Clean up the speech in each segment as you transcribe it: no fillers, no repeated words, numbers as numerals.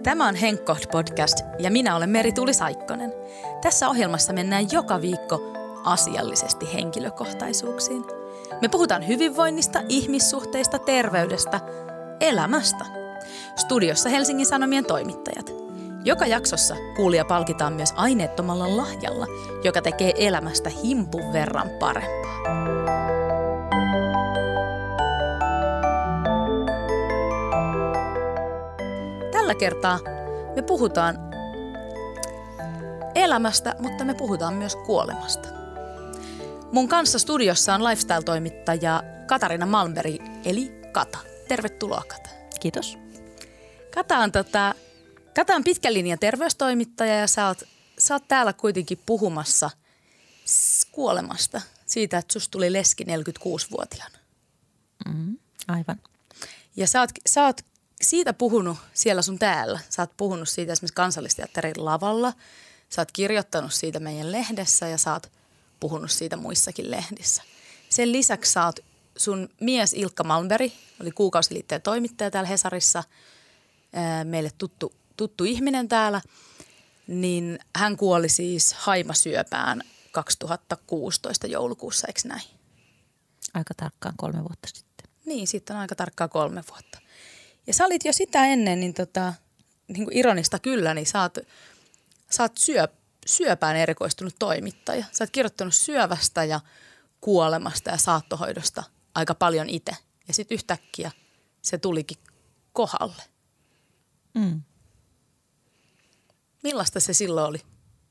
Tämä on Henkkoht-podcast ja minä olen Meri-Tuuli Saikkonen. Tässä ohjelmassa mennään joka viikko asiallisesti henkilökohtaisuuksiin. Me puhutaan hyvinvoinnista, ihmissuhteista, terveydestä, elämästä. Studiossa Helsingin Sanomien toimittajat. Joka jaksossa kuulija palkitaan myös aineettomalla lahjalla, joka tekee elämästä himpun verran parempaa. Tällä kertaa me puhutaan elämästä, mutta me puhutaan myös kuolemasta. Mun kanssa studiossa on lifestyle-toimittaja Katarina Malmberg, eli Kata. Tervetuloa, Kata. Kiitos. Kata on pitkän linjan terveystoimittaja ja sä oot täällä kuitenkin puhumassa kuolemasta. Siitä, että susta tuli leski 46-vuotiaana. Aivan. Ja sä oot siitä puhunut siellä sun täällä. Sä oot puhunut siitä esimerkiksi Kansallisteatterin lavalla. Sä oot kirjoittanut siitä meidän lehdessä ja sä oot puhunut siitä muissakin lehdissä. Sen lisäksi sun mies Ilkka Malmberg oli Kuukausiliitteen toimittaja täällä Hesarissa. Meille tuttu ihminen täällä. Niin hän kuoli siis haimasyöpään 2016 joulukuussa, eikö näin? Aika tarkkaan 3 vuotta sitten. Niin, sitten on aika tarkkaan 3 vuotta. Ja sä olit jo sitä ennen, niin kuin ironista kyllä, niin sä oot syöpään erikoistunut toimittaja. Sä oot kirjoittanut syövästä ja kuolemasta ja saattohoidosta aika paljon itse. Ja sitten yhtäkkiä se tulikin kohdalle. Millaista se silloin oli?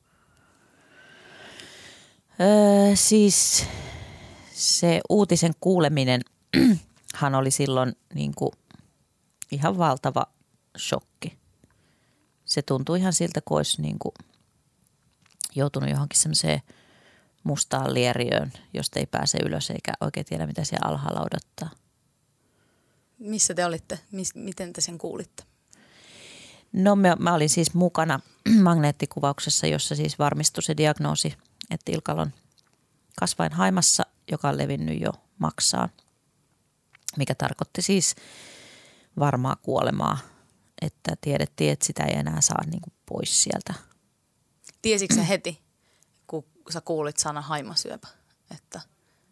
Siis se uutisen kuuleminen hän oli silloin niin kuin ihan valtava shokki. Se tuntui ihan siltä, kun olisi niin kuin joutunut johonkin semmoiseen mustaan lieriöön, josta ei pääse ylös eikä oikein tiedä, mitä siellä alhaalla odottaa. Missä te olitte? Miten te sen kuulitte? No mä olin siis mukana magneettikuvauksessa, jossa siis varmistui se diagnoosi, että Ilkalla on kasvainhaimassa, joka on levinnyt jo maksaan, mikä tarkoitti siis varmaa kuolemaa, että tiedettiin, että sitä ei enää saa niin kuin pois sieltä. Tiesitkö sä heti, kun sä kuulit sana haimasyöpä? Että...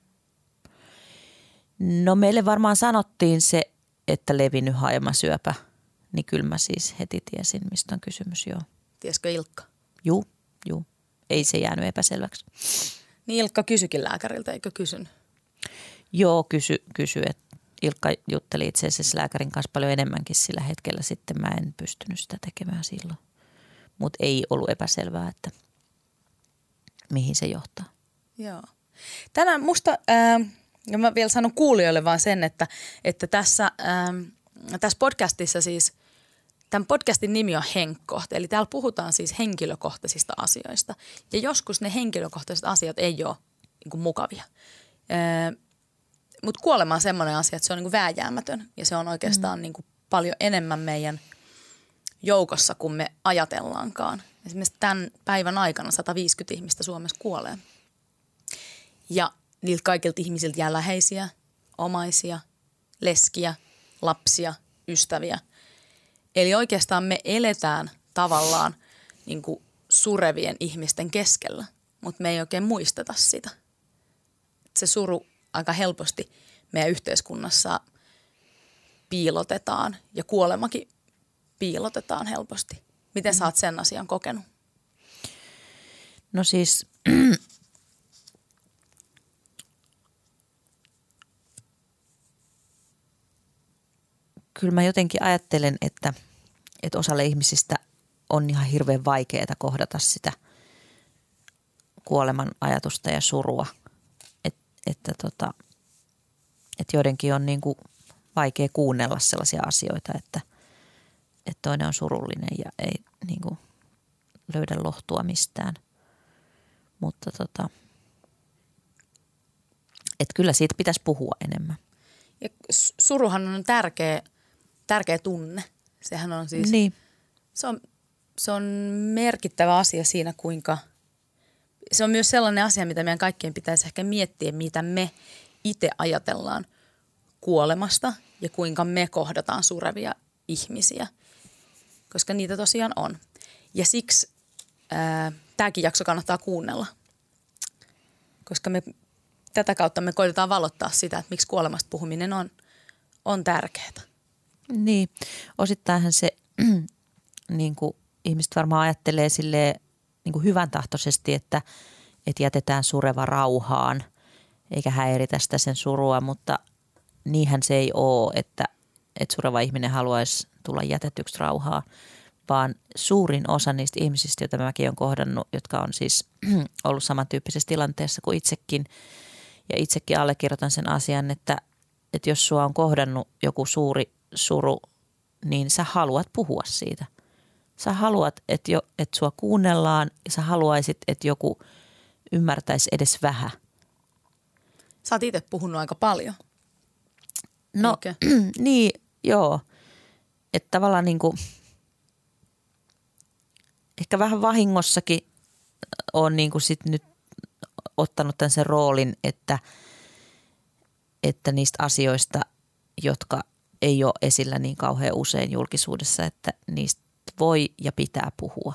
No meille varmaan sanottiin se, että levinnyt haimasyöpä, niin kyllä mä siis heti tiesin, mistä on kysymys, joo. Tieskö Ilkka? Juu. Ei se jäänyt epäselväksi. Niin Ilkka kysyikin lääkäriltä, eikö kysynyt? Joo, kysy, että Ilkka jutteli itse asiassa lääkärin kanssa paljon enemmänkin sillä hetkellä. Sitten mä en pystynyt sitä tekemään silloin. Mutta ei ollut epäselvää, että mihin se johtaa. Joo. Tänään musta, ja mä vielä sanon kuulijoille vaan sen, että tässä podcastissa siis, tämän podcastin nimi on Henkkoht. Eli täällä puhutaan siis henkilökohtaisista asioista. Ja joskus ne henkilökohtaiset asiat ei ole niin kuin mukavia. Mutta kuolema on semmoinen asia, että se on niin kuin vääjäämätön ja se on oikeastaan niin kuin paljon enemmän meidän joukossa kuin me ajatellaankaan. Esimerkiksi tämän päivän aikana 150 ihmistä Suomessa kuolee. Ja niiltä kaikilta ihmisiltä jää läheisiä, omaisia, leskiä, lapsia, ystäviä. Eli oikeastaan me eletään tavallaan niin kuin surevien ihmisten keskellä, mutta me ei oikein muisteta sitä. Se suru aika helposti meidän yhteiskunnassa piilotetaan ja kuolemakin piilotetaan helposti. Miten sä oot sen asian kokenut? No siis kyllä mä jotenkin ajattelen, että osalle ihmisistä on ihan hirveän vaikeaa kohdata sitä kuoleman ajatusta ja surua. Että joidenkin on niin kuin vaikea kuunnella sellaisia asioita, että toinen on surullinen ja ei niin kuin löydä lohtua mistään. Mutta että kyllä siitä pitäisi puhua enemmän. Ja suruhan on tärkeä tunne. Sehän on siis, niin. Se on merkittävä asia siinä, kuinka, se on myös sellainen asia, mitä meidän kaikkien pitäisi ehkä miettiä, mitä me itse ajatellaan kuolemasta ja kuinka me kohdataan surevia ihmisiä. koska niitä tosiaan on. Ja siksi tämäkin jakso kannattaa kuunnella, koska tätä kautta me koitetaan valottaa sitä, että miksi kuolemasta puhuminen on tärkeää. Niin, osittainhan se niin kuin ihmiset varmaan ajattelee silleen niin kuin hyvän tahtoisesti, että jätetään sureva rauhaan eikä häiritä sitä sen surua, mutta niinhän se ei ole, että sureva ihminen haluaisi tulla jätetyksi rauhaan, vaan suurin osa niistä ihmisistä, joita mäkin olen kohdannut, jotka on siis ollut samantyyppisessä tilanteessa kuin itsekin ja itsekin allekirjoitan sen asian, että jos sua on kohdannut joku suuri suru, niin sä haluat puhua siitä. Sä haluat, että sua kuunnellaan ja sä haluaisit, että joku ymmärtäisi edes vähän. Sä oot itse puhunut aika paljon. No niin, joo. Että tavallaan niin kuin, ehkä vähän vahingossakin on niin kuin sit nyt ottanut tämän sen roolin, että niistä asioista, jotka ei ole esillä niin kauhean usein julkisuudessa, että niistä voi ja pitää puhua.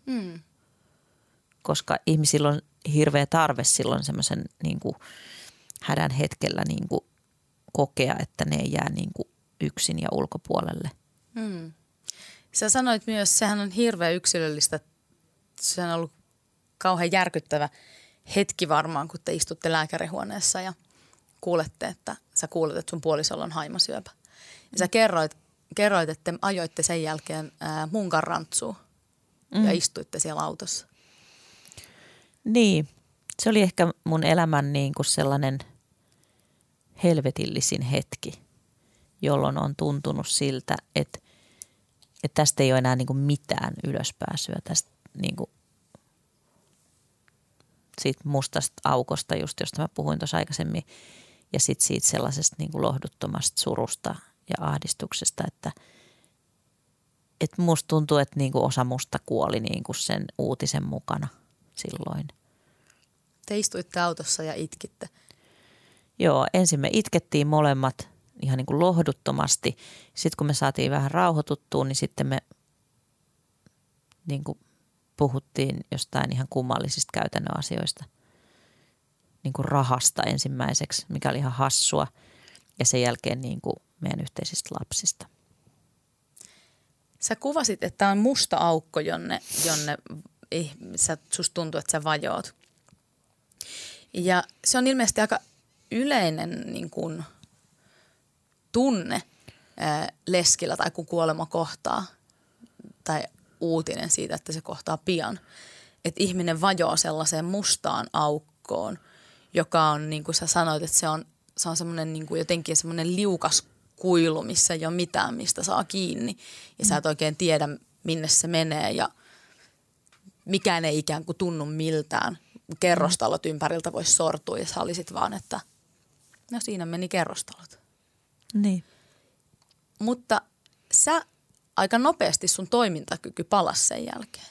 Koska ihmisillä on hirveä tarve silloin semmoisen niin kuin hädän hetkellä niin kuin kokea, että ne ei jää niin kuin yksin ja ulkopuolelle. Sä sanoit myös, sehän on hirveän yksilöllistä. Se on ollut kauhean järkyttävä hetki varmaan, kun te istutte lääkärihuoneessa ja kuulette, että sun puolisolla on haimasyöpä. Ja sä kerroit, että te ajoitte sen jälkeen munkan rantsuun ja istuitte siellä autossa. Niin, se oli ehkä mun elämän niin kuin sellainen helvetillisin hetki, jolloin on tuntunut siltä, että tästä ei ole enää niin kuin mitään ylöspääsyä tästä niin kuin siitä mustasta aukosta, just josta mä puhuin tuossa aikaisemmin, ja sitten siitä sellaisesta niin kuin lohduttomasta surusta ja ahdistuksesta, että musta tuntuu, että niin kuin osa musta kuoli niin kuin sen uutisen mukana silloin. Te istuitte autossa ja itkitte. Joo, ensin me itkettiin molemmat ihan niin kuin lohduttomasti. Sitten kun me saatiin vähän rauhoituttua, niin sitten me niin kuin puhuttiin jostain ihan kummallisista käytännön asioista. Niin kuin rahasta ensimmäiseksi, mikä oli ihan hassua. Ja sen jälkeen niin kuin meidän yhteisistä lapsista. Sä kuvasit, että tämä on musta aukko, jonne susta tuntuu, että sä vajoat. Ja se on ilmeisesti aika yleinen niin kuin tunne leskillä tai kun kuolema kohtaa tai uutinen siitä, että se kohtaa pian. Että ihminen vajoaa sellaiseen mustaan aukkoon, joka on niin kuin sä sanoit, että se on semmoinen niin kuin jotenkin semmoinen liukas kuilu, missä ei ole mitään, mistä saa kiinni. Ja sä et oikein tiedä, minne se menee ja mikään ei ikään kuin tunnu miltään. Kerrostalot ympäriltä voisi sortua ja sä olisit vaan, että no siinä meni kerrostalot. Niin. Mutta aika nopeasti sun toimintakyky palasi sen jälkeen.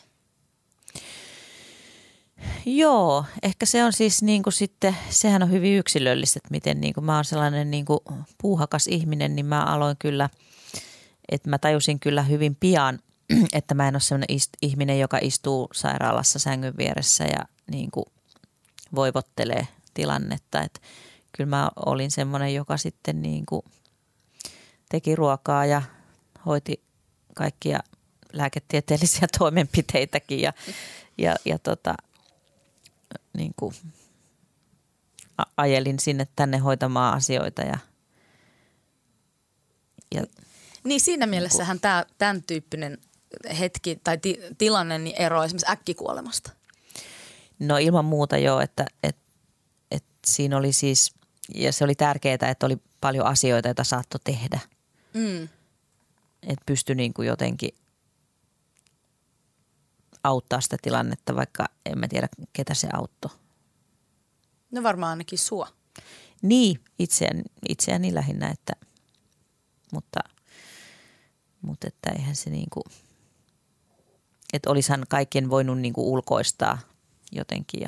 Joo, ehkä se on siis niin kuin sitten, sehän on hyvin yksilöllistä, että miten niin kuin mä oon sellainen niin kuin puuhakas ihminen, niin mä aloin kyllä, että mä tajusin kyllä hyvin pian, että mä en ole sellainen ihminen, joka istuu sairaalassa sängyn vieressä ja niin kuin voivottelee tilannetta. Että kyllä mä olin semmoinen, joka sitten niin kuin teki ruokaa ja hoiti kaikkia lääketieteellisiä toimenpiteitäkin ja niin kuin ajelin sinne tänne hoitamaan asioita ja niin siinä mielessähän tämän tyyppinen hetki tai tilanne niin eroaa esimerkiksi äkkikuolemasta. No ilman muuta joo, että siinä oli siis, ja se oli tärkeää, että oli paljon asioita, joita saattoi tehdä. Että pystyi niin kuin jotenkin auttaa sitä tilannetta, vaikka en mä tiedä, ketä se auttoi. No varmaan ainakin sua. Niin, itseäni lähinnä, mutta että eihän se niinku, että olisihan kaikkien voinut niinku ulkoistaa jotenkin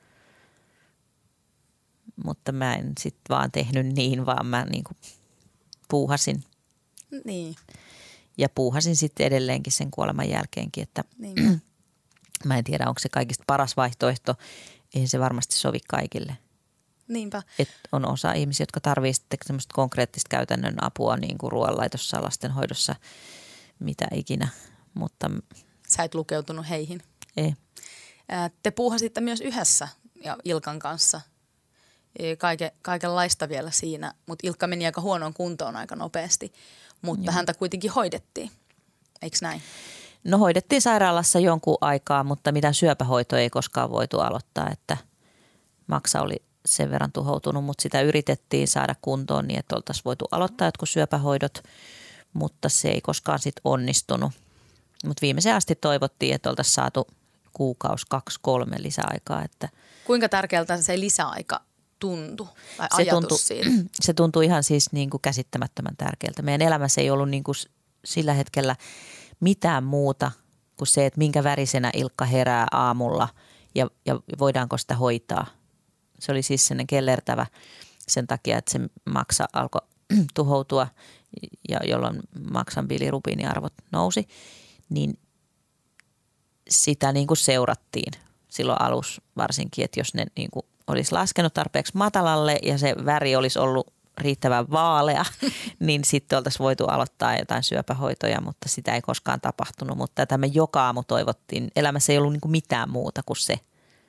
mutta mä en sitten vaan tehnyt niin, vaan mä niinku puuhasin. Niin. Ja puuhasin sitten edelleenkin sen kuoleman jälkeenkin, että Niin. mä en tiedä, onko se kaikista paras vaihtoehto. Eihän se varmasti sovi kaikille. Niinpä. Et on osa ihmisiä, jotka tarvitsee sitten semmoista konkreettista käytännön apua niin kuin ruoanlaitossa, lastenhoidossa, mitä ikinä, mutta Sä et lukeutunut heihin. ei. Te puuhasitte myös yhdessä ja Ilkan kanssa. Kaikenlaista vielä siinä, mutta Ilkka meni aika huonoon kuntoon aika nopeasti, mutta häntä kuitenkin hoidettiin. Eikö näin? No hoidettiin sairaalassa jonkun aikaa, mutta mitään syöpähoitoa ei koskaan voitu aloittaa, että maksa oli sen verran tuhoutunut, mutta sitä yritettiin saada kuntoon niin, että oltaisiin voitu aloittaa jotkut syöpähoidot, mutta se ei koskaan sitten onnistunut. Mutta viimeiseen asti toivottiin, että oltaisiin saatu kuukausi, 2-3 lisäaikaa. Että Kuinka tärkeältä se lisäaika tuntui tai se ajatus siitä? Se tuntui ihan siis niin kuin käsittämättömän tärkeältä. Meidän elämässä ei ollut niin kuin sillä hetkellä mitään muuta kuin se, että minkä värisenä Ilkka herää aamulla ja voidaanko sitä hoitaa. Se oli siis sellainen kellertävä sen takia, että se maksa alkoi tuhoutua ja jolloin maksan bilirubiiniarvot nousi, niin sitä niin kuin seurattiin silloin alussa varsinkin, että jos ne niin kuin olisi laskenut tarpeeksi matalalle ja se väri olisi ollut riittävän vaalea, niin sitten oltaisiin voitu aloittaa jotain syöpähoitoja, mutta sitä ei koskaan tapahtunut. Mutta tätä me joka aamu toivottiin. Elämässä ei ollut niin kuin mitään muuta kuin se.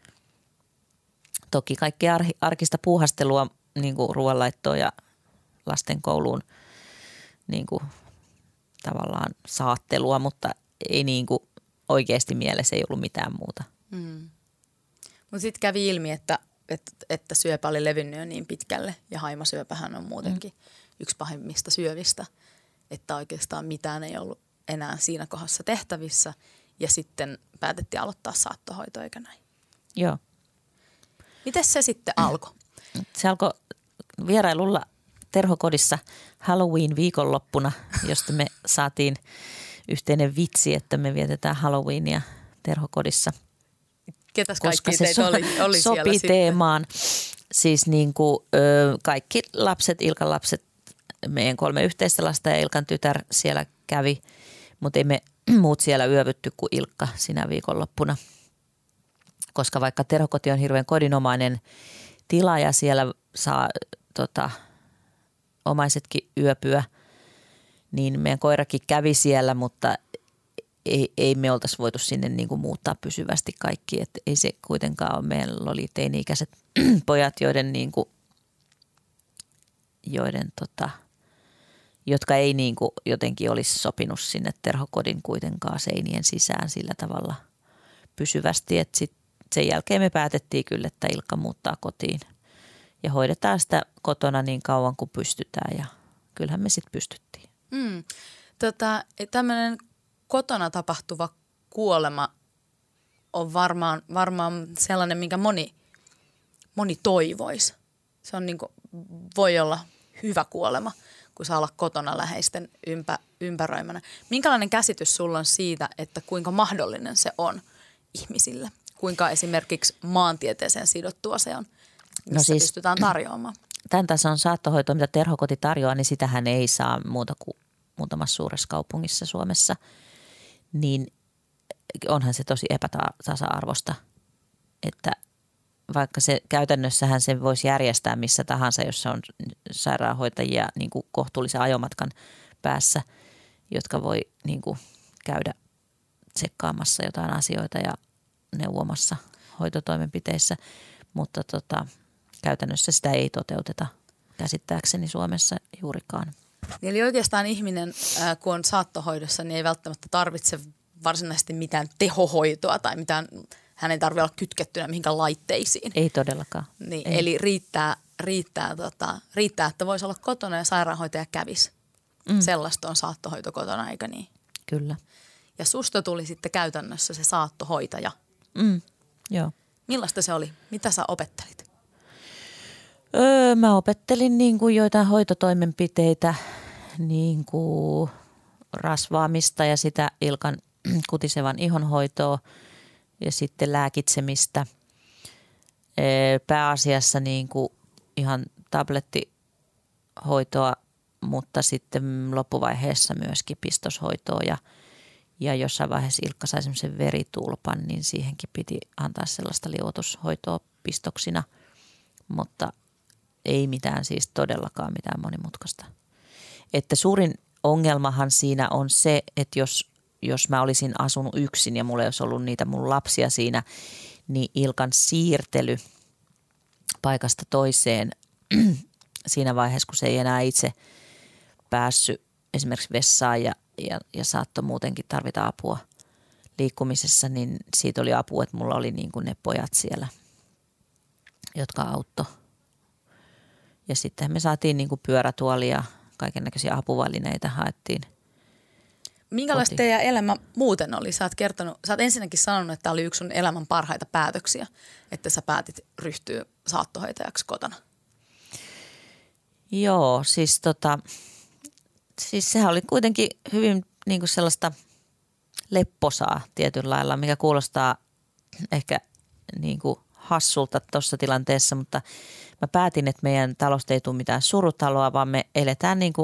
Toki kaikki arkista puuhastelua, niin kuin ruoanlaittoa ja lasten kouluun niin kuin tavallaan saattelua, mutta ei niin kuin oikeasti mielessä ei ollut mitään muuta. Mutta sitten kävi ilmi, että syöpä oli levinnyt jo niin pitkälle ja haimasyöpähän on muutenkin yksi pahimmista syövistä, että oikeastaan mitään ei ollut enää siinä kohdassa tehtävissä ja sitten päätettiin aloittaa saattohoito, eikä näin. Joo. Miten se sitten alkoi? Se alkoi vierailulla Terhokodissa Halloween-viikonloppuna, josta me saatiin yhteinen vitsi, että me vietetään Halloweenia Terhokodissa. Ketäs Koska kaikki se teitä oli sopii siellä teemaan. Siis niin kuin, kaikki lapset, Ilkan lapset, meidän 3 yhteistä lasta ja Ilkan tytär siellä kävi, mutta ei me muut siellä yövytty kuin Ilkka sinä viikonloppuna. Koska vaikka Terhokoti on hirveän kodinomainen tila ja siellä saa omaisetkin yöpyä, niin meidän koirakin kävi siellä, mutta ei me oltaisi voitu sinne niin kuin muuttaa pysyvästi kaikki. Että ei se kuitenkaan ole. Meillä oli teini-ikäiset pojat, jotka ei niin kuin jotenkin olisi sopinut sinne Terhokodin kuitenkaan seinien sisään sillä tavalla pysyvästi. Että sitten sen jälkeen me päätettiin kyllä, että Ilkka muuttaa kotiin ja hoidetaan sitä kotona niin kauan kuin pystytään ja kyllähän me sitten pystyttiin. Tämmöinen kotona tapahtuva kuolema on varmaan sellainen, minkä moni toivoisi. Se on voi olla hyvä kuolema, kun saa olla kotona läheisten ympäröimänä. Minkälainen käsitys sulla on siitä, että kuinka mahdollinen se on ihmisille? Kuinka esimerkiksi maantieteeseen sidottua se on, missä pystytään tarjoamaan? Tämän tason saattohoito, mitä Terhokoti tarjoaa, niin sitähän ei saa muuta kuin muutamassa suuressa kaupungissa Suomessa. Niin onhan se tosi epätasa-arvosta, että vaikka se käytännössähän se voisi järjestää missä tahansa, jossa on sairaanhoitajia niin kuin kohtuullisen ajomatkan päässä, jotka voi niin kuin käydä tsekkaamassa jotain asioita ja neuvomassa hoitotoimenpiteissä, mutta käytännössä sitä ei toteuteta käsittääkseni Suomessa juurikaan. Eli oikeastaan ihminen, kun on saattohoidossa, niin ei välttämättä tarvitse varsinaisesti mitään tehohoitoa tai mitään, hän ei tarvitse olla kytkettynä mihinkään laitteisiin. Ei todellakaan. Niin, ei. Eli riittää, että voisi olla kotona ja sairaanhoitaja kävisi. Sellaista on saattohoito kotona, eikö niin? Kyllä. Ja susta tuli sitten käytännössä se saattohoitaja. Joo. Millaista se oli? Mitä sä opettelit? Mä opettelin niin kuin joitain hoitotoimenpiteitä, niin kuin rasvaamista ja sitä Ilkan kutisevan ihonhoitoa ja sitten lääkitsemistä. Pääasiassa niin kuin ihan tablettihoitoa mutta sitten loppuvaiheessa myöskin pistoshoitoa ja jossain vaiheessa Ilkka sai semmoisen veritulpan, niin siihenkin piti antaa sellaista liuotushoitoa pistoksina, mutta ei mitään siis todellakaan mitään monimutkaista. Että suurin ongelmahan siinä on se, että jos mä olisin asunut yksin ja mulla ei olisi ollut niitä mun lapsia siinä, niin Ilkan siirtely paikasta toiseen siinä vaiheessa, kun se ei enää itse päässyt esimerkiksi vessaan ja saattoi muutenkin tarvita apua liikkumisessa, niin siitä oli apua, että mulla oli niin kuin ne pojat siellä, jotka auttoi. Ja sitten me saatiin niin kuin pyörätuoli ja kaikennäköisiä apuvälineitä haettiin. Minkälaista teidän elämä muuten oli? Sä oot ensinnäkin sanonut, että tämä oli yksi sun elämän parhaita päätöksiä, että sä päätit ryhtyä saattohoitajaksi kotona. Joo, siis sehän oli kuitenkin hyvin niin kuin sellaista lepposaa tietyllä lailla, mikä kuulostaa ehkä niin kuin hassulta tuossa tilanteessa, mutta mä päätin, että meidän talosta ei tule mitään surutaloa, vaan me eletään niin kuin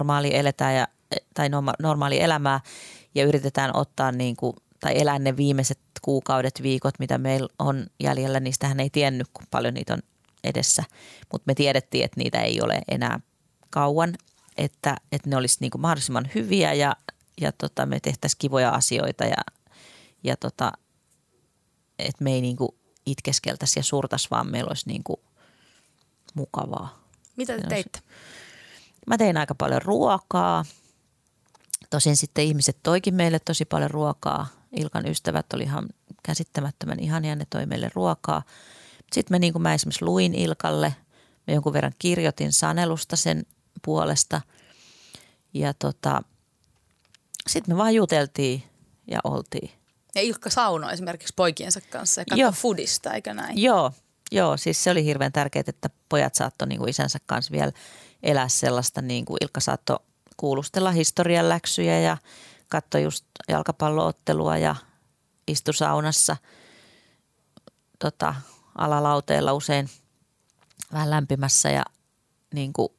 normaali elämää ja yritetään ottaa niin kuin, tai elää ne viimeiset kuukaudet, viikot, mitä meillä on jäljellä. Niistähän ei tiennyt, kun paljon niitä on edessä, mutta me tiedettiin, että niitä ei ole enää kauan, että ne olisi niin kuin mahdollisimman hyviä ja me tehtäisiin kivoja asioita ja että me ei niin kuin itkeskeltäisi ja surtaisi, vaan meillä olisi niin kuin mukavaa. Mitä te teitte? Mä tein aika paljon ruokaa. Tosin sitten ihmiset toikin meille tosi paljon ruokaa. Ilkan ystävät oli ihan käsittämättömän ihania, ne toi meille ruokaa. Sitten mä esimerkiksi luin Ilkalle. Mä jonkun verran kirjoitin sanelusta sen puolesta. Ja sitten me vaan juteltiin ja oltiin. Ja Ilkka saunoi esimerkiksi poikiensa kanssa ja katsoi foodista, eikö näin? Joo, siis se oli hirveän tärkeää, että pojat saattoi niin kuin isänsä kanssa vielä elää sellaista, niin kuin Ilkka saattoi kuulustella historian läksyjä ja katsoi just jalkapalloottelua ja istui saunassa alalauteella usein vähän lämpimässä ja niin kuin,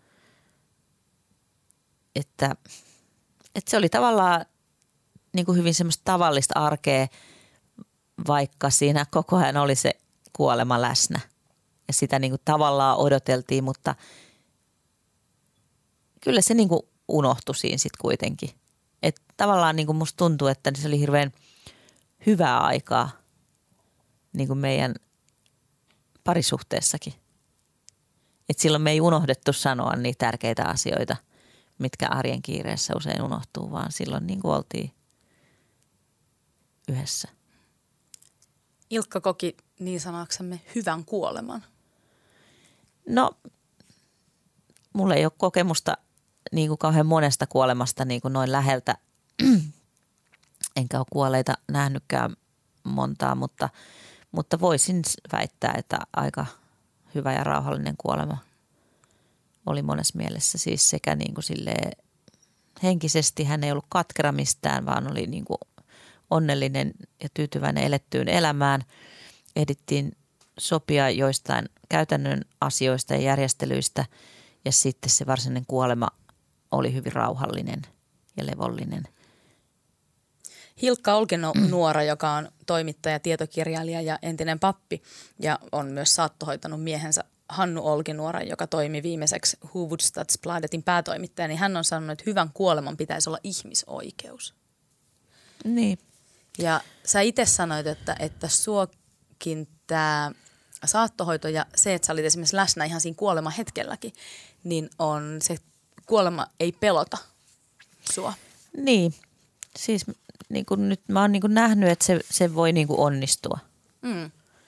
että se oli tavallaan niin kuin hyvin semmoista tavallista arkea, vaikka siinä koko ajan oli se kuolema läsnä. Ja sitä niin kuin tavallaan odoteltiin, mutta kyllä se niin kuin unohtui siinä sitten kuitenkin. Että tavallaan niin kuin musta tuntuu, että se oli hirveän hyvää aikaa niin kuin meidän parisuhteessakin. Että silloin me ei unohdettu sanoa niitä tärkeitä asioita, mitkä arjen kiireessä usein unohtuu, vaan silloin niin kuin oltiin yhdessä. Ilkka koki niin sanaksemme hyvän kuoleman. No, mulla ei ole kokemusta niin kuin kauhean monesta kuolemasta niin kuin noin läheltä. Enkä ole kuolleita nähnytkään montaa, mutta voisin väittää, että aika hyvä ja rauhallinen kuolema oli monessa mielessä. Siis sekä niin kuin silleen henkisesti hän ei ollut katkera mistään, vaan oli niin kuin onnellinen ja tyytyväinen elettyyn elämään. Ehdittiin sopia joistain käytännön asioista ja järjestelyistä ja sitten se varsinainen kuolema oli hyvin rauhallinen ja levollinen. Hilkka Olkinuora, joka on toimittaja, tietokirjailija ja entinen pappi ja on myös saattohoitanut miehensä Hannu Olkinuoran, joka toimi viimeiseksi Hufvudstadsbladetin päätoimittaja, niin hän on sanonut, että hyvän kuoleman pitäisi olla ihmisoikeus. Niin. Ja sä itse sanoit, että suokin tämä saattohoito ja se, että sä olit esimerkiksi läsnä ihan siinä kuoleman hetkelläkin, niin on se kuolema ei pelota sua. Niin, siis niin kuin nyt mä oon niin kuin nähnyt, että se voi niin kuin onnistua. Mm.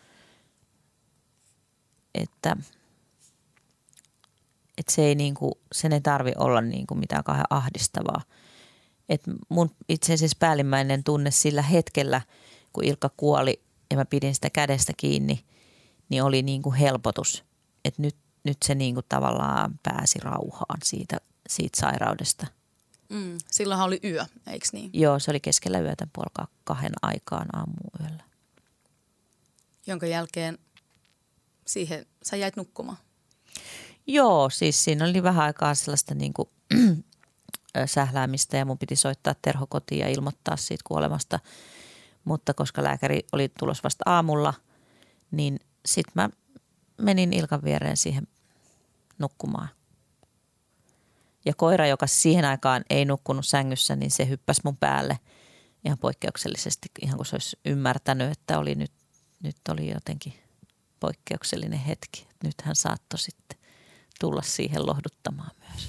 Että se ei niin kuin, sen ei tarvi olla niin kuin mitään kauhean ahdistavaa. Että mun itse asiassa päällimmäinen tunne sillä hetkellä, kun Ilkka kuoli ja mä pidin sitä kädestä kiinni, niin oli niin kuin helpotus. Että nyt se niin kuin tavallaan pääsi rauhaan siitä sairaudesta. Silloinhan oli yö, eikö niin? Joo, se oli keskellä yötä 1:30 aikaan aamuyöllä. Jonka jälkeen siihen sä jäit nukkumaan. Joo, siis siinä oli vähän aikaa sellaista niin kuin sähläämistä ja mun piti soittaa Terho kotiin ja ilmoittaa siitä kuolemasta. Mutta koska lääkäri oli tulossa vasta aamulla, niin sitten mä menin Ilkan viereen siihen nukkumaan. Ja koira, joka siihen aikaan ei nukkunut sängyssä, niin se hyppäsi mun päälle ihan poikkeuksellisesti, ihan kuin se olisi ymmärtänyt, että oli nyt oli jotenkin poikkeuksellinen hetki. Nyt hän saattoi sitten tulla siihen lohduttamaan myös.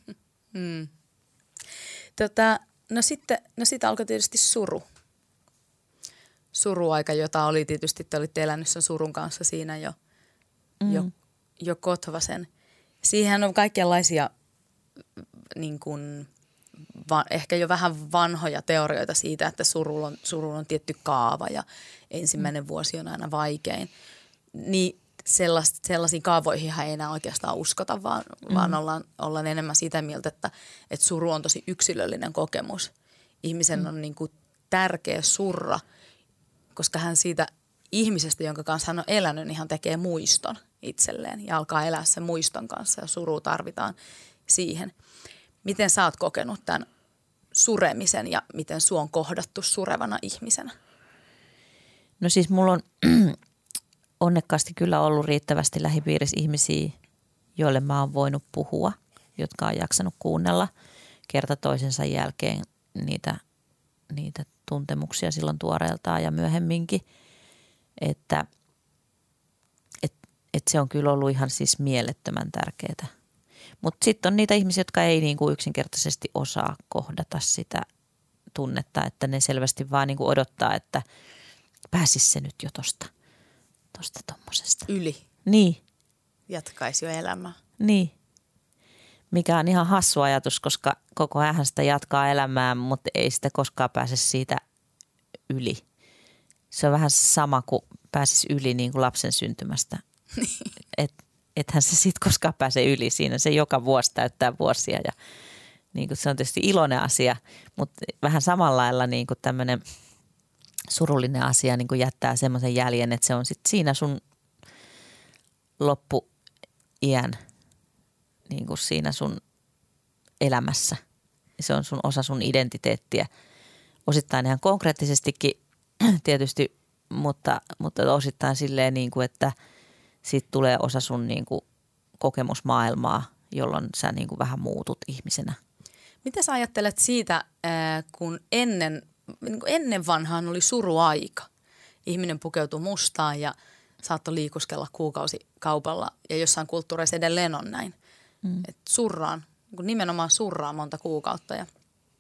No sitten alkoi tietysti suruaika, jota oli tietysti, te olitte elänyt sen surun kanssa siinä jo kotvasen. Siihen on kaikenlaisia niin kuin, ehkä jo vähän vanhoja teorioita siitä, että surulla on tietty kaava ja ensimmäinen vuosi on aina vaikein. Niin sellaisiin kaavoihin ei enää oikeastaan uskota, vaan ollaan enemmän sitä mieltä, että suru on tosi yksilöllinen kokemus. Ihmisen on niin kuin tärkeä surra, koska hän siitä ihmisestä, jonka kanssa hän on elänyt, niin hän tekee muiston itselleen ja alkaa elää sen muiston kanssa ja surua tarvitaan siihen. Miten sä oot kokenut tämän suremisen ja miten sua on kohdattu surevana ihmisenä? No siis mulla on onnekkaasti kyllä ollut riittävästi lähipiirissä ihmisiä, joille mä oon voinut puhua, jotka on jaksanut kuunnella kerta toisensa jälkeen niitä tuntemuksia silloin tuoreeltaan ja myöhemminkin, että se on kyllä ollut ihan siis mielettömän tärkeää. Mutta sitten on niitä ihmisiä, jotka ei niinku yksinkertaisesti osaa kohdata sitä tunnetta, että ne selvästi vaan niinku odottaa, että pääsisi se nyt jo tosta tommosesta. Yli. Niin. Jatkaisi jo elämää. Niin. Mikä on ihan hassu ajatus, koska koko ajan sitä jatkaa elämää, mutta ei sitä koskaan pääse siitä yli. Se on vähän sama kuin pääsisi yli niin kuin lapsen syntymästä. Ethän se sitten koskaan pääse yli. Siinä se joka vuosi täyttää vuosia ja niin kuin se on tietysti iloinen asia, mutta vähän samalla lailla niin kuin tämmöinen surullinen asia niin kuin jättää semmoisen jäljen, että se on sitten siinä sun loppuiän niin kuin siinä sun elämässä. Se on osa sun identiteettiä. Osittain ihan konkreettisestikin tietysti, mutta osittain silleen niin kuin, että siitä tulee osa sun niin kuin kokemusmaailmaa, jolloin sä niin kuin vähän muutut ihmisenä. Mitä sä ajattelet siitä, kun ennen vanhaan oli suruaika? Ihminen pukeutui mustaan ja saattoi liikuskella kuukausikaupalla ja jossain kulttuureissa edelleen on näin. Että nimenomaan surraa monta kuukautta. Ja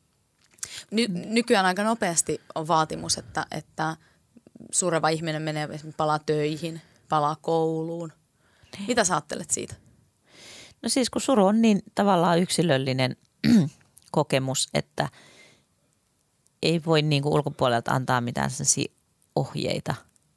nykyään aika nopeasti on vaatimus, että sureva ihminen menee palaa töihin, palaa kouluun. Mitä sä ajattelet siitä? No siis kun suru on niin tavallaan yksilöllinen kokemus, että ei voi niin kuin ulkopuolelta antaa mitään sellaisia ohjeita.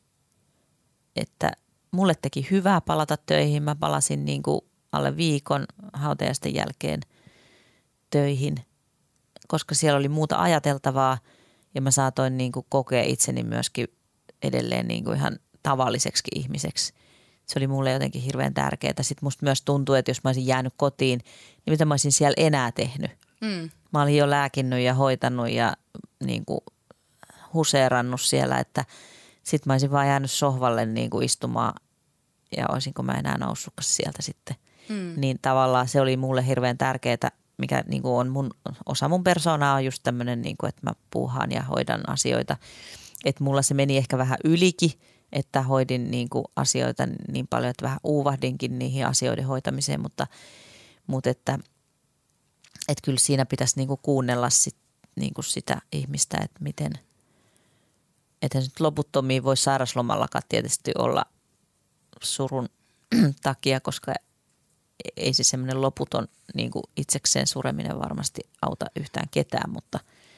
Että mulle teki hyvää palata töihin. Mä palasin niin kuin alle viikon hautajaisten jälkeen töihin, koska siellä oli muuta ajateltavaa ja mä saatoin niin kuin kokea itseni myöskin edelleen niin kuin ihan tavalliseksi ihmiseksi. Se oli mulle jotenkin hirveän tärkeää. Sitten musta myös tuntui, että jos mä olisin jäänyt kotiin, niin mitä mä olisin siellä enää tehnyt. Mä olin jo lääkinnyt ja hoitanut ja niin kuin huseerannut siellä, että sitten mä olisin vaan jäänyt sohvalle niin kuin istumaan ja olisinko mä enää noussutkaan sieltä sitten. Niin tavallaan se oli mulle hirveän tärkeää, mikä niin kuin on osa mun persoonaa on just tämmöinen, niin kuin, että mä puuhaan ja hoidan asioita. Että mulla se meni ehkä vähän ylikin, että hoidin niin kuin asioita niin paljon, että vähän uuvahdinkin niihin asioiden hoitamiseen, mutta että kyllä siinä pitäisi niin kuin kuunnella niin kuin sitä ihmistä, että miten, että nyt loputtomiin voi sairaslomallakaan tietysti olla surun takia, koska ei se semmoinen loputon niin kuin itsekseen sureminen varmasti auta yhtään ketään, mutta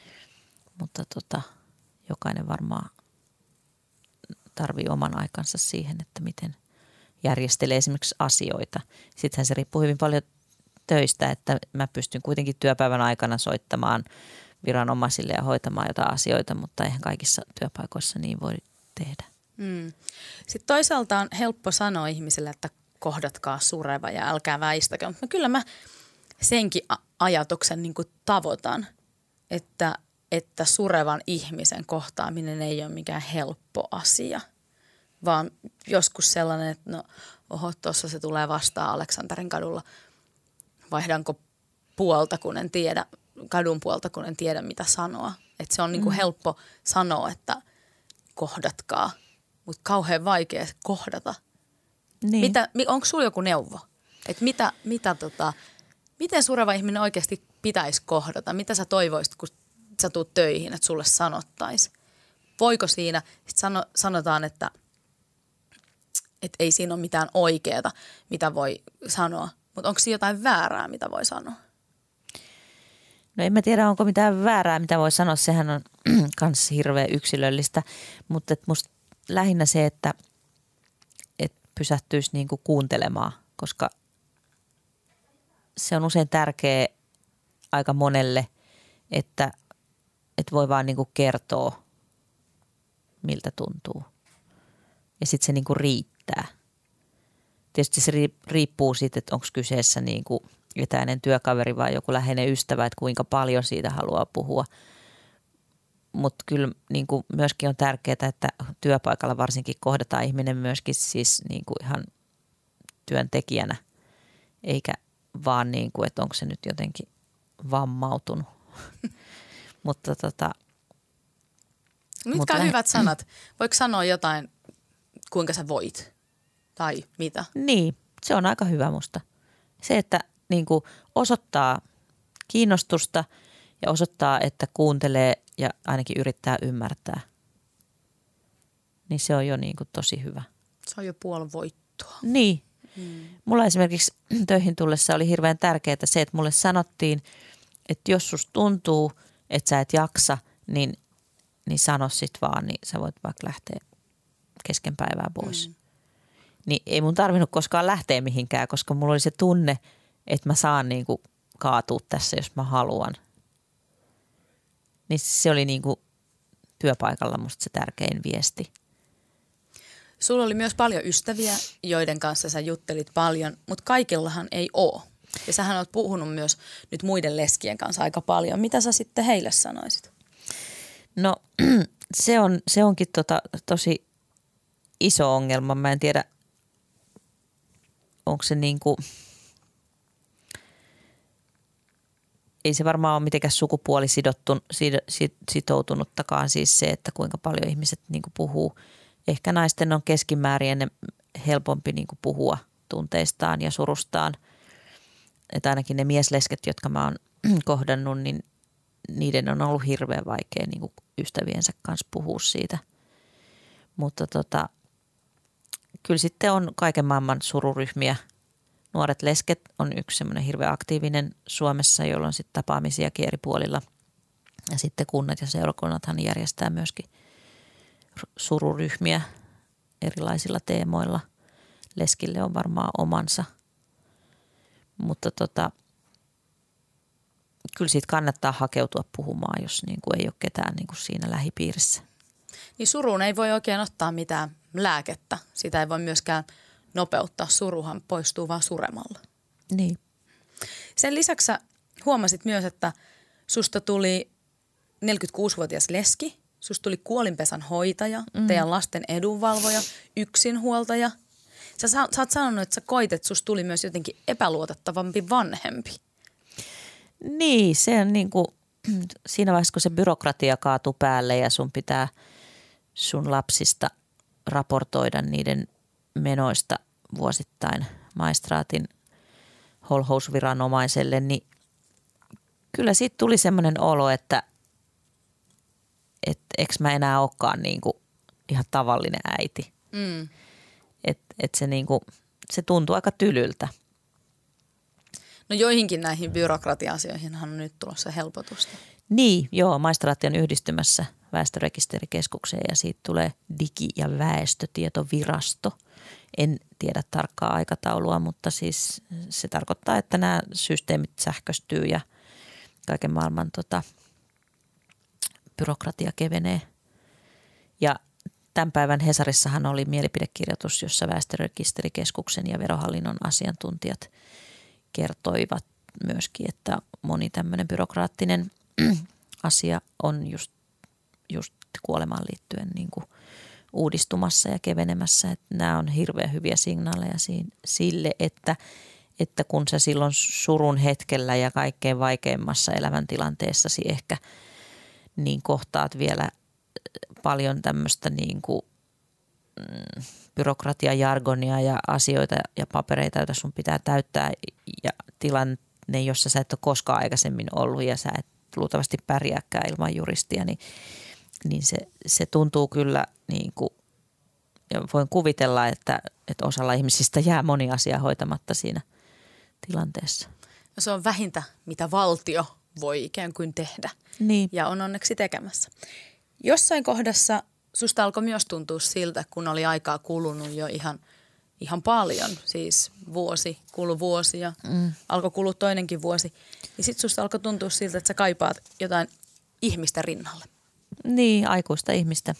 jokainen varmaan tarvii oman aikansa siihen, että miten järjestelee esimerkiksi asioita. Sittenhän se riippuu hyvin paljon töistä, että mä pystyn kuitenkin työpäivän aikana soittamaan viranomaisille ja hoitamaan jotain asioita, mutta eihän kaikissa työpaikoissa niin voi tehdä. Sitten toisaalta on helppo sanoa ihmiselle, että kohdatkaa sureva ja älkää väistäkö. Mutta kyllä mä senkin ajatuksen niin kuin tavoitan, että surevan ihmisen kohtaaminen ei ole mikään helppo asia, vaan joskus sellainen, että no tuossa se tulee vastaan Aleksanterin kadulla. Vaihdanko puolta, kun en tiedä, kadun puolta, kun en tiedä mitä sanoa. Että se on niin kuin helppo sanoa, että kohdatkaa, mutta kauhean vaikea kohdata. Niin. Onko sulla joku neuvo? Että miten sureva ihminen oikeasti pitäisi kohdata? Mitä sä toivoisit, kun sä tuut töihin, että sulle sanottaisiin? Voiko siinä, sanotaan, että ei siinä ole mitään oikeaa, mitä voi sanoa, mutta onko siinä jotain väärää, mitä voi sanoa? No en mä tiedä, onko mitään väärää, mitä voi sanoa. Sehän on myös hirveän yksilöllistä, mutta musta lähinnä se, että pysähtyisi niinku kuuntelemaan, koska se on usein tärkeä aika monelle, että voi vaan niinku kertoa, miltä tuntuu. Ja sitten se niinku riittää. Tietysti se riippuu siitä, että onko kyseessä niinku etäinen työkaveri vai joku läheinen ystävä, että kuinka paljon siitä haluaa puhua. Mutta kyllä niinku myöskin on tärkeää, että työpaikalla varsinkin kohdataan ihminen myöskin siis niinku ihan työntekijänä, eikä vaan niinku, että onko se nyt jotenkin vammautunut. Mutta mitkä on hyvät sanat? Voiko sanoa jotain, kuinka sä voit tai mitä? Niin, se on aika hyvä musta. Se, että niinku osoittaa kiinnostusta ja osoittaa, että kuuntelee ja ainakin yrittää ymmärtää. Niin se on jo niinku tosi hyvä. Se on jo puoli voittoa. Niin. Mulla esimerkiksi töihin tullessa oli hirveän tärkeää se, että mulle sanottiin, että jos susta tuntuu, että sä et jaksa, niin sano sit vaan, niin sä voit vaikka lähteä kesken päivää pois. Niin ei mun tarvinnut koskaan lähteä mihinkään, koska mulla oli se tunne, että mä saan niinku kaatua tässä, jos mä haluan. Niin se oli niinku työpaikalla musta se tärkein viesti. Sulla oli myös paljon ystäviä, joiden kanssa sä juttelit paljon, mutta kaikillahan ei ole. Ja sähän oot puhunut myös nyt muiden leskien kanssa aika paljon. Mitä sä sitten heille sanoisit? No se onkin tosi iso ongelma. Mä en tiedä, onko se niinku, ei se varmaan ole mitenkään sitoutunuttakaan siis se, että kuinka paljon ihmiset niinku puhuu. Ehkä naisten on keskimäärin helpompi niinku puhua tunteistaan ja surustaan. Että ainakin ne mieslesket, jotka mä oon kohdannut, niin niiden on ollut hirveän vaikea niinku ystäviensä kanssa puhua siitä. Mutta kyllä sitten on kaiken maailman sururyhmiä. Nuoret lesket on yksi semmoinen hirveän aktiivinen Suomessa, jolla on sitten tapaamisia eri puolilla. Ja sitten kunnat ja seurakunnathan järjestää myöskin sururyhmiä erilaisilla teemoilla. Leskille on varmaan omansa. Mutta kyllä siitä kannattaa hakeutua puhumaan, jos niin kuin ei ole ketään niin kuin siinä lähipiirissä. Niin suruun ei voi oikein ottaa mitään lääkettä. Sitä ei voi myöskään nopeuttaa. Suruhan poistuu vaan suremalla. Niin. Sen lisäksi sä huomasit myös, että susta tuli 46-vuotias leski, susta tuli kuolinpesän hoitaja, teidän lasten edunvalvoja, yksinhuoltaja. Sä oot sanonut, että sä koit, että susta tuli myös jotenkin epäluotettavampi vanhempi. Niin, se on niin kuin siinä vaiheessa, kun se byrokratia kaatuu päälle ja sun pitää sun lapsista raportoida niiden menoista vuosittain maistraatin holhousviranomaiselle, niin kyllä siitä tuli semmoinen olo, että eikö mä enää olekaan niin kuin ihan tavallinen äiti. Että se, niin kuin, se tuntuu aika tylyltä. No joihinkin näihin byrokratia-asioihinhan on nyt tulossa helpotusta. Niin, joo. Maistraatti on yhdistymässä väestörekisterikeskukseen ja siitä tulee digi- ja väestötietovirasto. En tiedä tarkkaa aikataulua, mutta siis se tarkoittaa, että nämä systeemit sähköistyy ja kaiken maailman byrokratia kevenee. Ja tämän päivän Hesarissahan oli mielipidekirjoitus, jossa Väestörekisterikeskuksen ja Verohallinnon asiantuntijat kertoivat myöskin, että moni tämmöinen byrokraattinen asia on just kuolemaan liittyen niin kuin uudistumassa ja kevenemässä. Että nämä on hirveän hyviä signaaleja sille, että kun sä silloin surun hetkellä ja kaikkein vaikeimmassa elämäntilanteessasi ehkä niin kohtaat vielä paljon tämmöistä niin kuin byrokratiajargonia ja asioita ja papereita, joita sun pitää täyttää ja tilanne, jossa sä et ole koskaan aikaisemmin ollut ja sä et luultavasti pärjääkään ilman juristia, niin se tuntuu kyllä niin kuin, ja voin kuvitella, että osalla ihmisistä jää moni asia hoitamatta siinä tilanteessa. No se on vähintä, mitä valtio voi ikään kuin tehdä Niin. ja on onneksi tekemässä. Jossain kohdassa susta alkoi myös tuntua siltä, kun oli aikaa kulunut jo ihan paljon, siis kului vuosi ja alkoi kulua toinenkin vuosi. Niin sitten susta alkoi tuntua siltä, että sä kaipaat jotain ihmistä rinnalle. Niin, aikuista ihmistä.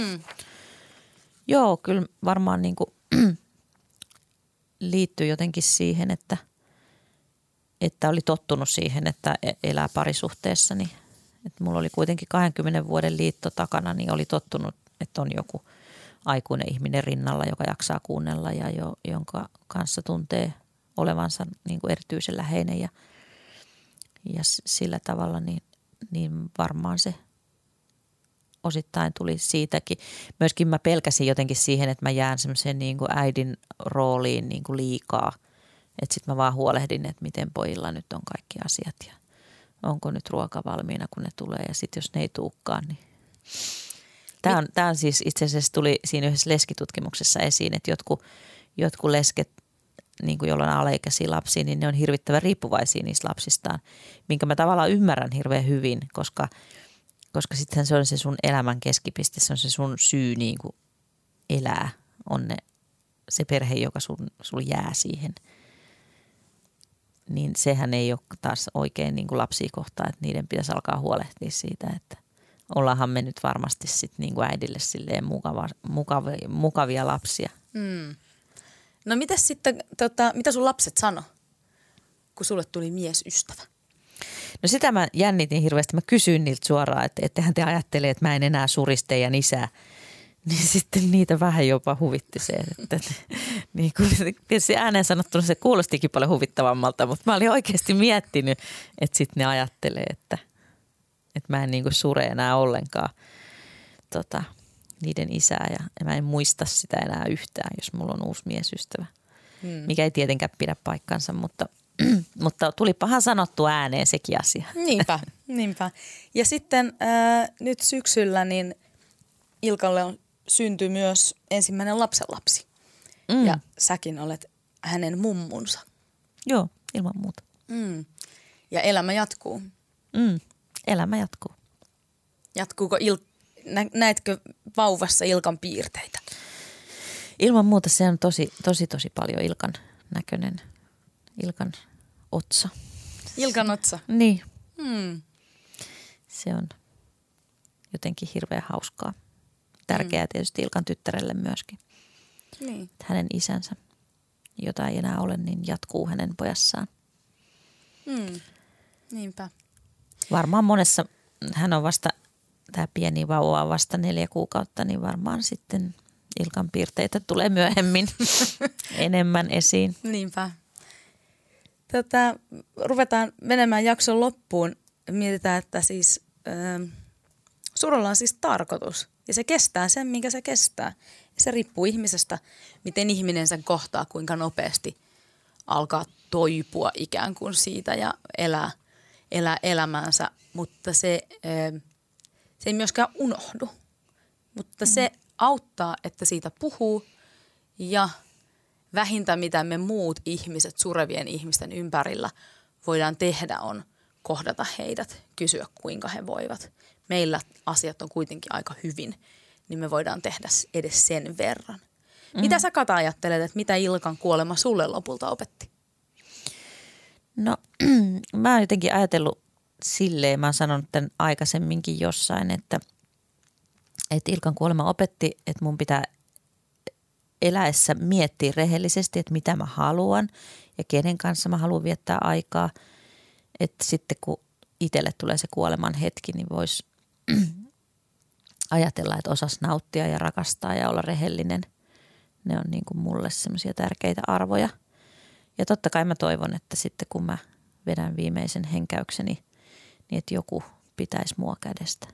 Joo, kyllä varmaan niin kuin liittyy jotenkin siihen, että oli tottunut siihen, että elää parisuhteessa. Niin, että mulla oli kuitenkin 20 vuoden liitto takana, niin oli tottunut, että on joku aikuinen ihminen rinnalla, joka jaksaa kuunnella ja jonka kanssa tuntee olevansa niin kuin erityisen läheinen. Ja sillä tavalla niin varmaan se osittain tuli siitäkin. Myöskin mä pelkäsin jotenkin siihen, että mä jään semmoiseen niin kuin äidin rooliin niin kuin liikaa. Että sit mä vaan huolehdin, että miten pojilla nyt on kaikki asiat ja onko nyt ruoka valmiina, kun ne tulee. Ja sitten jos ne ei tulekaan, niin Tämä on siis itse asiassa tuli siinä yhdessä leskitutkimuksessa esiin, että jotkut lesket, niin kuin joilla on alaikäisiä lapsia, niin ne on hirvittävän riippuvaisia niistä lapsistaan, minkä mä tavallaan ymmärrän hirveän hyvin, koska sittenhän se on se sun elämän keskipiste, se on se sun syy niin kuin elää, on se perhe, joka sul jää siihen. Niin sehän ei ole taas oikein niin kuin lapsia kohtaan, että niiden pitäisi alkaa huolehtia siitä, että ollaanhan me nyt varmasti sitten niin kuin äidille silleen mukavia lapsia. No mitäs sitten, mitä sun lapset sano, kun sulle tuli miesystävä? No sitä mä jännitin hirveästi. Mä kysyin niiltä suoraan, että ettehän te ajattele, että mä en enää surisi teidän isää. Niin sitten niitä vähän jopa huvitti se, että niin kuin, tietysti ääneen sanottuna se kuulostikin paljon huvittavammalta, mutta mä olin oikeasti miettinyt, että sitten ne ajattelee, että mä en niin kuin sure enää ollenkaan niiden isää ja mä en muista sitä enää yhtään, jos mulla on uusi miesystävä. Mikä ei tietenkään pidä paikkansa, mutta tulipahan sanottu ääneen sekin asia. Niinpä. Ja sitten nyt syksyllä niin Ilkalle on syntyi myös ensimmäinen lapsenlapsi. Ja säkin olet hänen mummunsa. Joo, ilman muuta. Ja elämä jatkuu. Elämä jatkuu. Jatkuuko näetkö vauvassa Ilkan piirteitä? Ilman muuta se on tosi paljon Ilkan näköinen. Ilkan otsa. Ilkan otsa? Niin. Se on jotenkin hirveän hauskaa. Tärkeää tietysti Ilkan tyttärelle myöskin. Niin. Hänen isänsä, jota ei enää ole, niin jatkuu hänen pojassaan. Niinpä. Varmaan monessa, hän on vasta, tämä pieni vauva on vasta 4 kuukautta, niin varmaan sitten Ilkan piirteitä tulee myöhemmin enemmän esiin. Niinpä. Ruvetaan menemään jakson loppuun. Mietitään, että siis surulla on siis tarkoitus ja se kestää sen, minkä se kestää. Ja se riippuu ihmisestä, miten ihminen sen kohtaa, kuinka nopeasti alkaa toipua ikään kuin siitä ja elää elämäänsä, mutta se ei myöskään unohdu. Mutta se auttaa, että siitä puhuu ja vähintä, mitä me muut ihmiset surevien ihmisten ympärillä voidaan tehdä, on kohdata heidät, kysyä kuinka he voivat. Meillä asiat on kuitenkin aika hyvin, niin me voidaan tehdä edes sen verran. Mitä sä, Kata, ajattelet, että mitä Ilkan kuolema sulle lopulta opetti? No mä oon jotenkin ajatellut silleen, mä oon sanonut tämän aikaisemminkin jossain, että Ilkan kuolema opetti, että mun pitää eläessä miettiä rehellisesti, että mitä mä haluan ja kenen kanssa mä haluan viettää aikaa. Että sitten kun itselle tulee se kuoleman hetki, niin voisi ajatella, että osas nauttia ja rakastaa ja olla rehellinen. Ne on niin kuin mulle semmoisia tärkeitä arvoja. Ja totta kai mä toivon, että sitten kun mä vedän viimeisen henkäykseni, niin että joku pitäisi mua kädestä.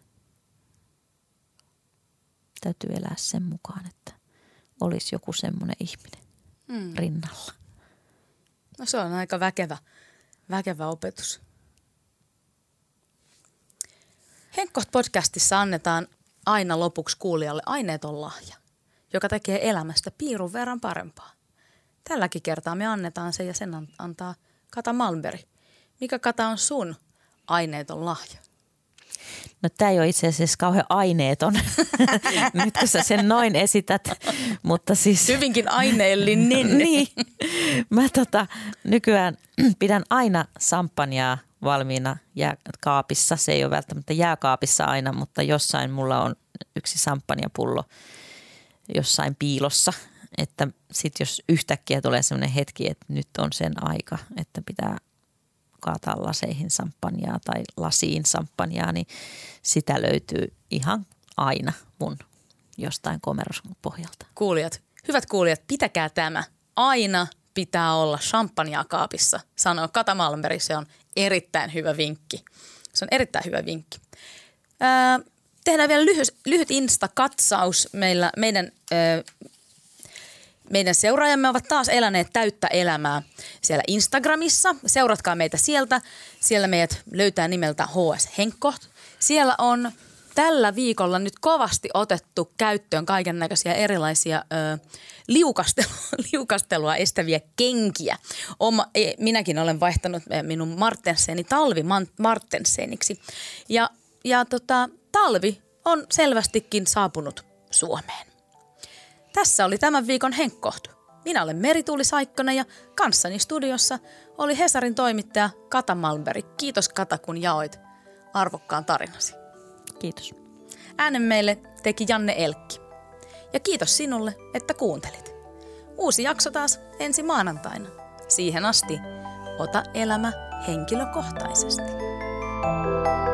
Täytyy elää sen mukaan, että olisi joku semmoinen ihminen rinnalla. No se on aika väkevä opetus. Henkkoht-podcastissa annetaan aina lopuksi kuulijalle aineeton lahja, joka tekee elämästä piirun verran parempaa. Tälläkin kertaa me annetaan se ja sen antaa Kata Malmberg. Mikä, Kata, on sun aineeton lahja? No tämä ei ole itse asiassa kauhean aineeton, nyt kun sä sen noin esität, mutta siis... Hyvinkin aineellinen. Niin. Mä nykyään pidän aina samppanjaa valmiina jääkaapissa. Se ei ole välttämättä jääkaapissa aina, mutta jossain mulla on yksi samppanjapullo jossain piilossa. Että sit jos yhtäkkiä tulee sellainen hetki, että nyt on sen aika, että pitää kaataa laseihin samppanjaa tai lasiin samppanjaa, niin sitä löytyy ihan aina mun jostain komerospohjalta. Kuulijat, hyvät kuulijat, pitäkää tämä. Aina pitää olla champagnea kaapissa, sanoo Kata Malmberg. Se on erittäin hyvä vinkki. Se on erittäin hyvä vinkki. Tehdään vielä lyhyt Insta-katsaus. Meidän seuraajamme ovat taas eläneet täyttä elämää siellä Instagramissa. Seuratkaa meitä sieltä. Siellä meidät löytää nimeltä HS Henkkoht. Siellä on tällä viikolla nyt kovasti otettu käyttöön kaikennäköisiä erilaisia liukastelua estäviä kenkiä. Minäkin olen vaihtanut minun Martenseni talvi Martenseniksi. Ja talvi on selvästikin saapunut Suomeen. Tässä oli tämän viikon Henkkoht. Minä olen Meri-Tuuli Saikkonen ja kanssani studiossa oli Hesarin toimittaja Kata Malmberg. Kiitos, Kata, kun jaoit arvokkaan tarinasi. Kiitos. Äänen meille teki Janne Elkki. Ja kiitos sinulle, että kuuntelit. Uusi jakso taas ensi maanantaina. Siihen asti ota elämä henkilökohtaisesti.